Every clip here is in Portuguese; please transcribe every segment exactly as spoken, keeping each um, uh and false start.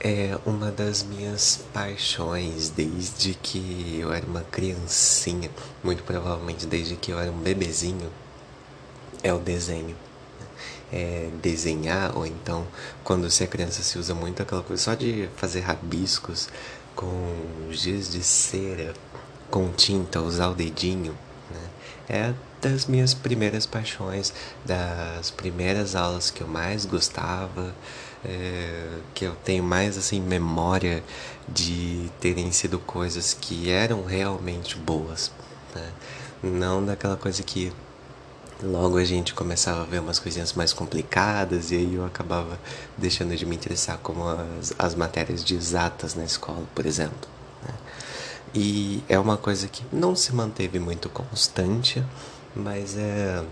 É uma das minhas paixões desde que eu era uma criancinha, muito provavelmente desde que eu era um bebezinho, é o desenho. É desenhar, ou então quando você é criança se usa muito aquela coisa só de fazer rabiscos com giz de cera, com tinta, usar o dedinho, né? É das minhas primeiras paixões, das primeiras aulas que eu mais gostava, é, que eu tenho mais assim memória de terem sido coisas que eram realmente boas, né? Não daquela coisa que logo a gente começava a ver umas coisinhas mais complicadas e aí eu acabava deixando de me interessar, como as, as matérias de exatas na escola, por exemplo, né? E é uma coisa que não se manteve muito constante, mas é,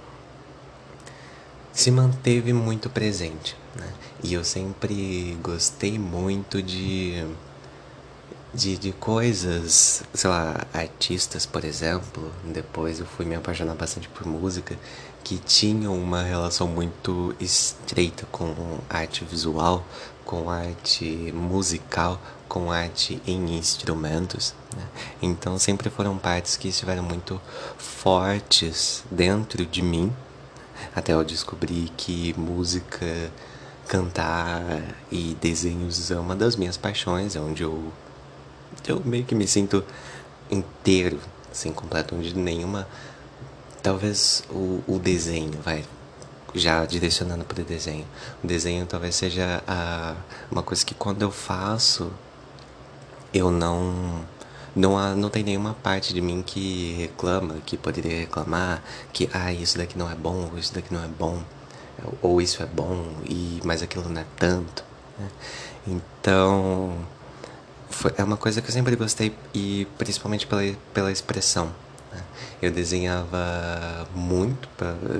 se manteve muito presente, né? E eu sempre gostei muito de de, de coisas, sei lá, artistas, por exemplo. Depois eu fui me apaixonar bastante por música, que tinham uma relação muito estreita com arte visual, com arte musical, com arte em instrumentos, né? Então sempre foram partes que estiveram muito fortes dentro de mim, até eu descobri que música, cantar e desenhos é uma das minhas paixões, é onde eu eu meio que me sinto inteiro, sem completo de nenhuma. Talvez o, o desenho, vai. Já direcionando para o desenho. O desenho talvez seja a, uma coisa que quando eu faço, eu não. Não, há, não tem nenhuma parte de mim que reclama, que poderia reclamar, que ah, isso daqui não é bom, ou isso daqui não é bom, ou isso é bom, e mas aquilo não é tanto, né? Então, foi, é uma coisa que eu sempre gostei, e principalmente pela, pela expressão, né? Eu desenhava muito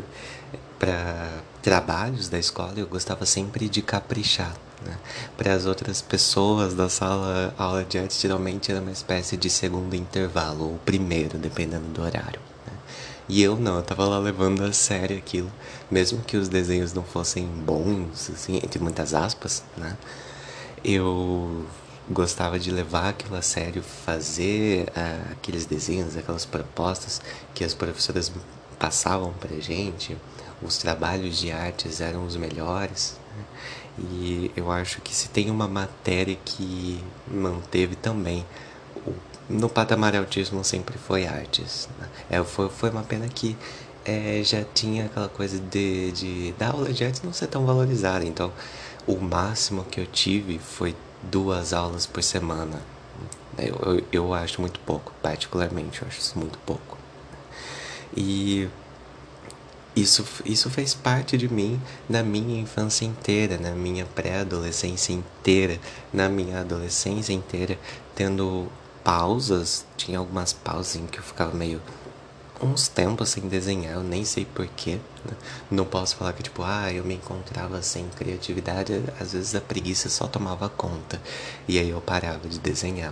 para trabalhos da escola e eu gostava sempre de caprichar, né? Para as outras pessoas da sala, a aula de arte geralmente era uma espécie de segundo intervalo, ou primeiro, dependendo do horário, né? E eu não, eu tava lá levando a sério aquilo, mesmo que os desenhos não fossem bons, assim, entre muitas aspas, né? Eu gostava de levar aquilo a sério, fazer uh, aqueles desenhos, aquelas propostas que as professoras passavam pra gente. Os trabalhos de artes eram os melhores, né? E eu acho que se tem uma matéria que manteve também o, no patamar altíssimo sempre foi artes, né? É, foi, foi uma pena que é, já tinha aquela coisa de, de da aula de artes não ser tão valorizada. Então, o máximo que eu tive foi duas aulas por semana. Eu, eu, eu acho muito pouco, particularmente, eu acho isso muito pouco. E isso, isso fez parte de mim na minha infância inteira, na minha pré-adolescência inteira, na minha adolescência inteira, tendo pausas, tinha algumas pausas em que eu ficava meio uns tempos sem desenhar, eu nem sei porquê, né? Não posso falar que tipo, ah, eu me encontrava sem criatividade, às vezes a preguiça só tomava conta, e aí eu parava de desenhar.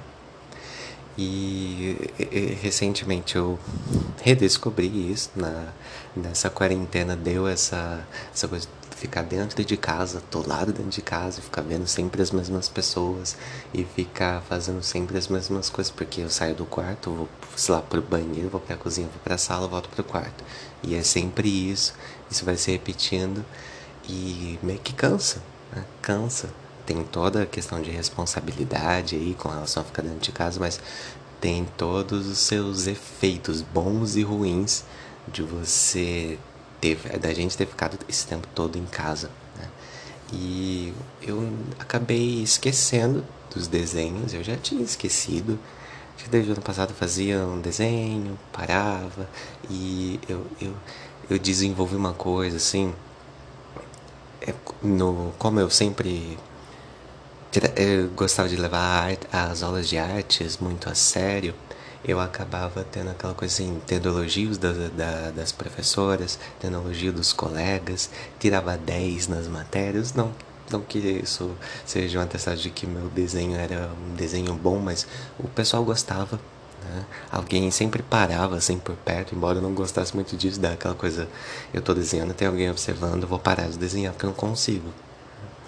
E, e recentemente eu redescobri isso na, nessa quarentena, deu essa, essa coisa de ficar dentro de casa, atolado dentro de casa, ficar vendo sempre as mesmas pessoas e ficar fazendo sempre as mesmas coisas, porque eu saio do quarto, vou, sei lá, pro banheiro, vou pra cozinha, vou pra sala, volto pro quarto. E é sempre isso, isso vai se repetindo e meio que cansa, né? Cansa. Tem toda a questão de responsabilidade aí com relação a ficar dentro de casa, mas tem todos os seus efeitos bons e ruins de você ter, da gente ter ficado esse tempo todo em casa, né? E eu acabei esquecendo dos desenhos, eu já tinha esquecido. Acho que desde o ano passado eu fazia um desenho, parava e eu, eu, eu desenvolvi uma coisa assim, é, no, como eu sempre eu gostava de levar as aulas de artes muito a sério, eu acabava tendo aquela coisa assim, tendo elogios da, da, das professoras, tendo elogio dos colegas, tirava dez nas matérias. Não, não que isso seja um atestado de que meu desenho era um desenho bom, mas o pessoal gostava, né? Alguém sempre parava assim por perto, embora eu não gostasse muito disso, daquela coisa, eu tô desenhando, tem alguém observando, eu vou parar de desenhar porque eu não consigo.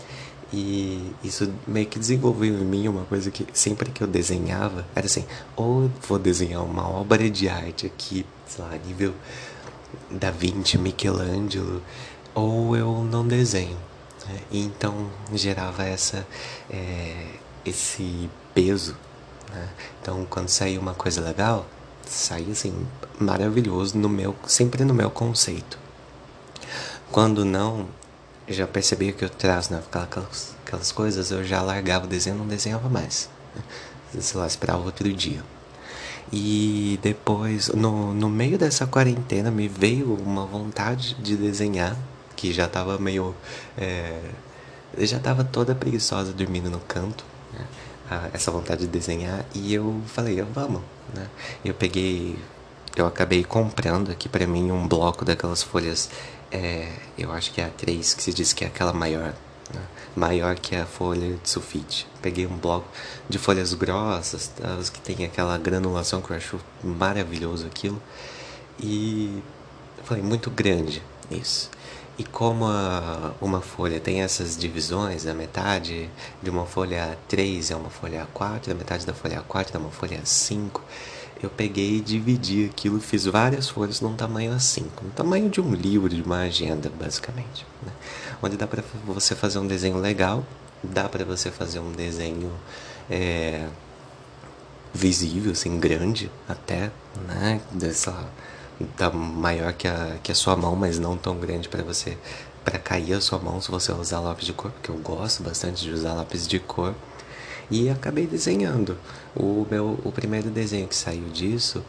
E isso meio que desenvolveu em mim uma coisa que sempre que eu desenhava, era assim, ou eu vou desenhar uma obra de arte aqui, sei lá, nível Da Vinci, Michelangelo, ou eu não desenho. Né? E então gerava essa, é, esse peso. Né? Então quando saía uma coisa legal, saía assim, maravilhoso, no meu, sempre no meu conceito. Quando não, já percebia que o traço, né? Aquelas, aquelas coisas, eu já largava o desenho e não desenhava mais. Né? Sei lá, esperava outro dia. E depois, no, no meio dessa quarentena, me veio uma vontade de desenhar, que já tava meio. É, já tava toda preguiçosa dormindo no canto, né? Ah, essa vontade de desenhar, e eu falei, vamos, né? Eu peguei, eu acabei comprando aqui pra mim um bloco daquelas folhas, é, eu acho que é a três que se diz que é aquela maior, né? Maior que a folha de sulfite. Peguei um bloco de folhas grossas, as que tem aquela granulação que eu acho maravilhoso aquilo. E falei, muito grande isso. E como a, uma folha tem essas divisões, a metade de uma folha A três é uma folha A quatro, a metade da folha A quatro é uma folha A cinco, eu peguei e dividi aquilo, fiz várias folhas num tamanho A cinco, no tamanho de um livro, de uma agenda, basicamente. Né? Onde dá pra você fazer um desenho legal, dá pra você fazer um desenho é, visível, assim, grande até, né? Dessa, tá maior que a, que a sua mão, mas não tão grande para você, para cair a sua mão se você usar lápis de cor, porque eu gosto bastante de usar lápis de cor. E acabei desenhando. O meu, o primeiro desenho que saiu disso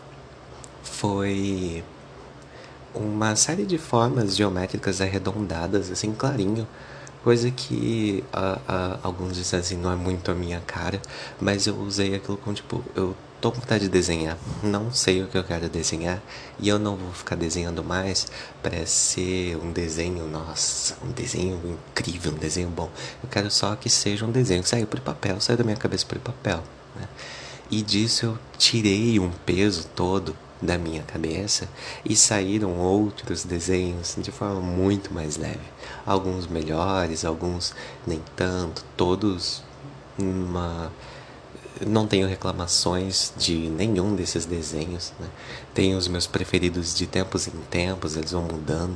foi uma série de formas geométricas arredondadas, assim, clarinho. Coisa que a, a, alguns dizem assim, não é muito a minha cara, mas eu usei aquilo como tipo, eu tô com vontade de desenhar, não sei o que eu quero desenhar, e eu não vou ficar desenhando mais para ser um desenho, nossa, um desenho incrível, um desenho bom. Eu quero só que seja um desenho que saiu por papel, saiu da minha cabeça por papel, né? E disso eu tirei um peso todo da minha cabeça e saíram outros desenhos de forma muito mais leve. Alguns melhores, alguns nem tanto, todos uma. Não tenho reclamações de nenhum desses desenhos. Né? Tenho os meus preferidos de tempos em tempos, eles vão mudando.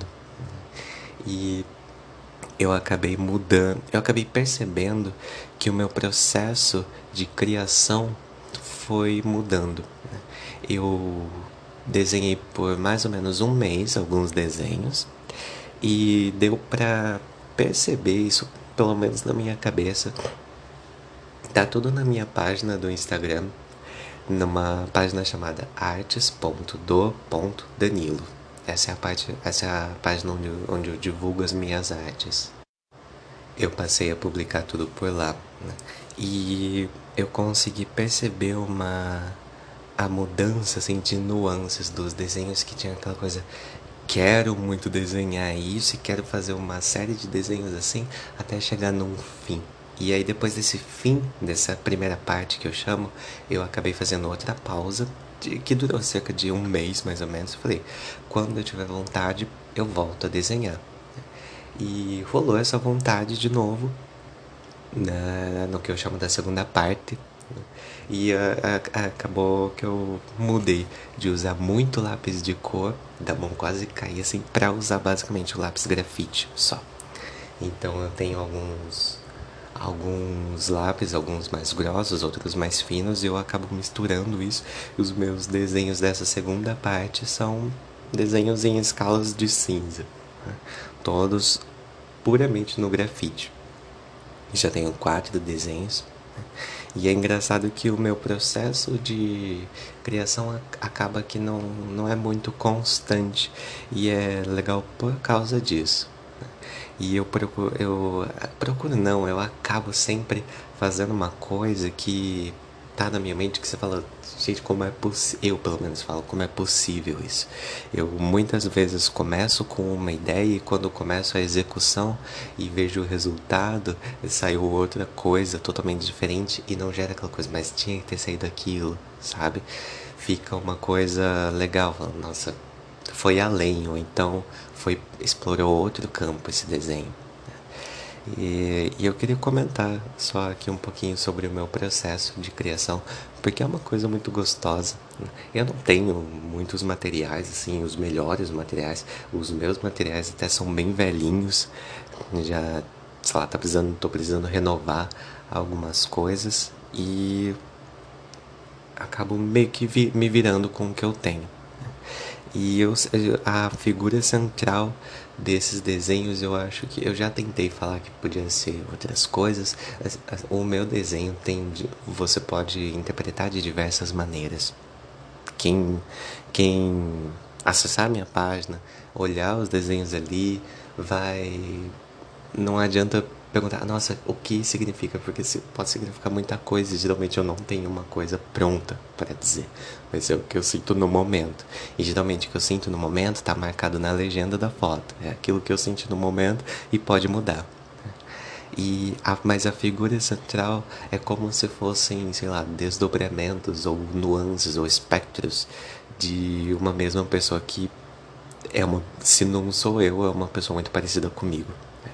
E eu acabei mudando, eu acabei percebendo que o meu processo de criação foi mudando. Né? Eu desenhei por mais ou menos um mês alguns desenhos e deu pra perceber isso, pelo menos na minha cabeça. Tá tudo na minha página do Instagram, numa página chamada artes ponto do ponto danilo. Essa é a, parte, essa é a página onde, onde eu divulgo as minhas artes. Eu passei a publicar tudo por lá, né? E eu consegui perceber uma a mudança assim de nuances dos desenhos, que tinha aquela coisa, quero muito desenhar isso e quero fazer uma série de desenhos assim até chegar num fim. E aí depois desse fim, dessa primeira parte que eu chamo, eu acabei fazendo outra pausa de, que durou cerca de um mês mais ou menos. Eu falei, quando eu tiver vontade, eu volto a desenhar. E rolou essa vontade de novo, na, no que eu chamo da segunda parte. E a, a, acabou que eu mudei de usar muito lápis de cor, da mão quase cair assim, pra usar basicamente o lápis grafite só. Então eu tenho alguns alguns lápis, alguns mais grossos, outros mais finos, e eu acabo misturando isso. E os meus desenhos dessa segunda parte são desenhos em escalas de cinza, né? Todos puramente no grafite. Já tenho quatro desenhos. E é engraçado que o meu processo de criação acaba que não, não é muito constante. E é legal por causa disso. E eu procuro, eu procuro não, eu acabo sempre fazendo uma coisa que tá na minha mente, que você fala, gente, como é possível, eu pelo menos falo, como é possível isso. Eu muitas vezes começo com uma ideia e quando começo a execução e vejo o resultado, saiu outra coisa totalmente diferente e não gera aquela coisa, mas tinha que ter saído aquilo, sabe? Fica uma coisa legal, falando, nossa, foi além, ou então foi explorou outro campo esse desenho. E, e eu queria comentar só aqui um pouquinho sobre o meu processo de criação, porque é uma coisa muito gostosa. Eu não tenho muitos materiais, assim, os melhores materiais. Os meus materiais até são bem velhinhos. Já, sei lá, tá precisando, tô precisando renovar algumas coisas e acabo meio que vi, me virando com o que eu tenho. E eu, a figura central desses desenhos, eu acho que eu já tentei falar que podia ser outras coisas. O meu desenho tem, você pode interpretar de diversas maneiras. Quem, quem acessar a minha página, olhar os desenhos ali, vai. Não adianta perguntar, nossa, o que significa? Porque pode significar muita coisa e geralmente eu não tenho uma coisa pronta para dizer. Mas é o que eu sinto no momento. E geralmente o que eu sinto no momento está marcado na legenda da foto. É aquilo que eu sinto no momento e pode mudar. E a, mas a figura central é como se fossem, sei lá, desdobramentos ou nuances ou espectros de uma mesma pessoa que é uma, se não sou eu, é uma pessoa muito parecida comigo.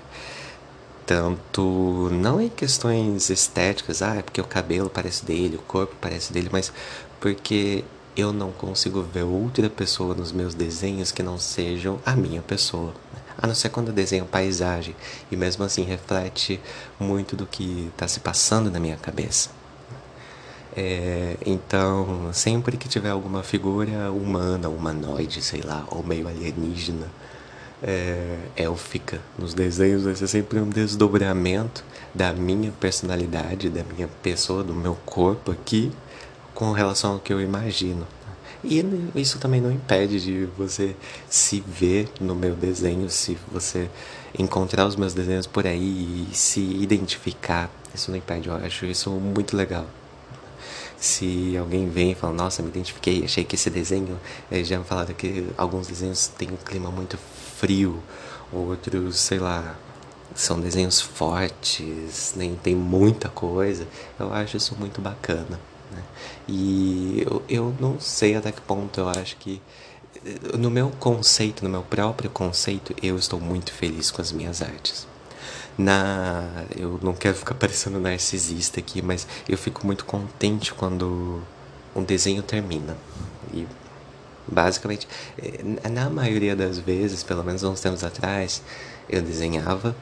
Tanto, não em questões estéticas, ah, é porque o cabelo parece dele, o corpo parece dele, mas porque eu não consigo ver outra pessoa nos meus desenhos que não sejam a minha pessoa. A não ser quando eu desenho paisagem, e mesmo assim reflete muito do que está se passando na minha cabeça. É, então, sempre que tiver alguma figura humana, humanoide, sei lá, ou meio alienígena, é, élfica nos desenhos, vai ser sempre um desdobramento da minha personalidade, da minha pessoa, do meu corpo aqui, com relação ao que eu imagino. E isso também não impede de você se ver no meu desenho, se você encontrar os meus desenhos por aí e se identificar. Isso não impede, eu acho isso muito legal. Se alguém vem e fala, nossa, me identifiquei, achei que esse desenho, eh, já me falaram que alguns desenhos têm um clima muito frio, outros, sei lá, são desenhos fortes, nem tem muita coisa. Eu acho isso muito bacana, né? E eu, eu não sei até que ponto eu acho que eh, no meu conceito, no meu próprio conceito, eu estou muito feliz com as minhas artes. Na, eu não quero ficar parecendo narcisista aqui, mas eu fico muito contente quando um desenho termina. E basicamente, eh, na maioria das vezes, pelo menos uns tempos atrás, eu desenhava.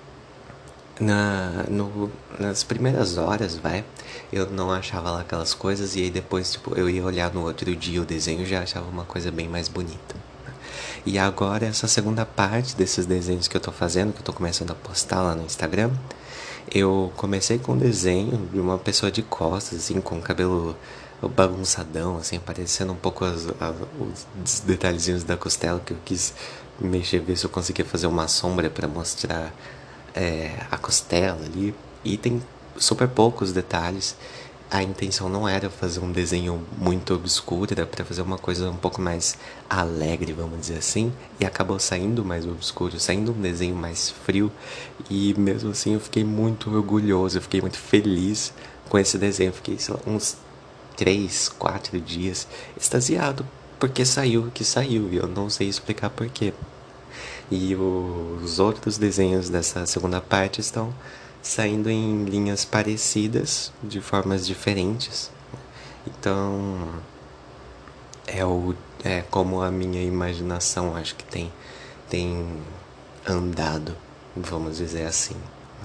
Na, no, nas primeiras horas, vai, eu não achava lá aquelas coisas, e aí depois, tipo, eu ia olhar no outro dia o desenho e já achava uma coisa bem mais bonita. E agora, essa segunda parte desses desenhos que eu tô fazendo, que eu tô começando a postar lá no Instagram, eu comecei com um desenho de uma pessoa de costas, assim, com o cabelo bagunçadão, assim, parecendo um pouco as, a, os detalhezinhos da costela, que eu quis mexer, ver se eu conseguia fazer uma sombra para mostrar é, a costela ali. E tem super poucos detalhes. A intenção não era fazer um desenho muito obscuro, era para fazer uma coisa um pouco mais alegre, vamos dizer assim, e acabou saindo mais obscuro, saindo um desenho mais frio, e mesmo assim eu fiquei muito orgulhoso, eu fiquei muito feliz com esse desenho. Eu fiquei, sei lá, uns três, quatro dias extasiado, porque saiu o que saiu, e eu não sei explicar porquê. E os outros desenhos dessa segunda parte estão saindo em linhas parecidas, de formas diferentes. Então, é, o, é como a minha imaginação acho que tem, tem andado, vamos dizer assim.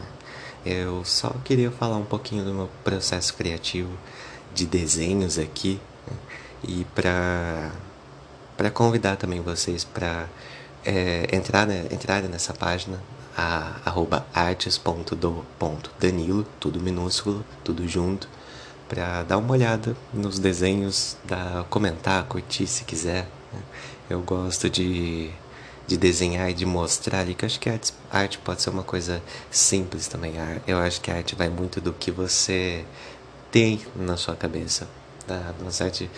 Eu só queria falar um pouquinho do meu processo criativo de desenhos aqui, né? E para para convidar também vocês para é, entrar, né, entrarem nessa página, a, arroba artes ponto do ponto danilo, tudo minúsculo, tudo junto, para dar uma olhada nos desenhos, dar, comentar, curtir se quiser, né? Eu gosto de, de desenhar e de mostrar ali, que eu acho que a arte, a arte pode ser uma coisa simples também. Eu acho que a arte vai muito do que você tem na sua cabeça. A nossa arte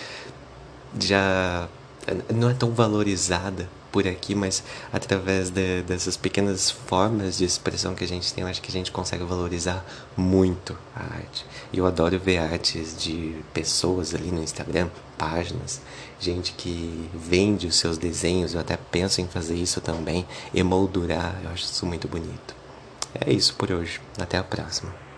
já não é tão valorizada por aqui, mas através de, dessas pequenas formas de expressão que a gente tem, eu acho que a gente consegue valorizar muito a arte. E eu adoro ver artes de pessoas ali no Instagram, páginas, gente que vende os seus desenhos. Eu até penso em fazer isso também, emoldurar, eu acho isso muito bonito. É isso por hoje. Até a próxima.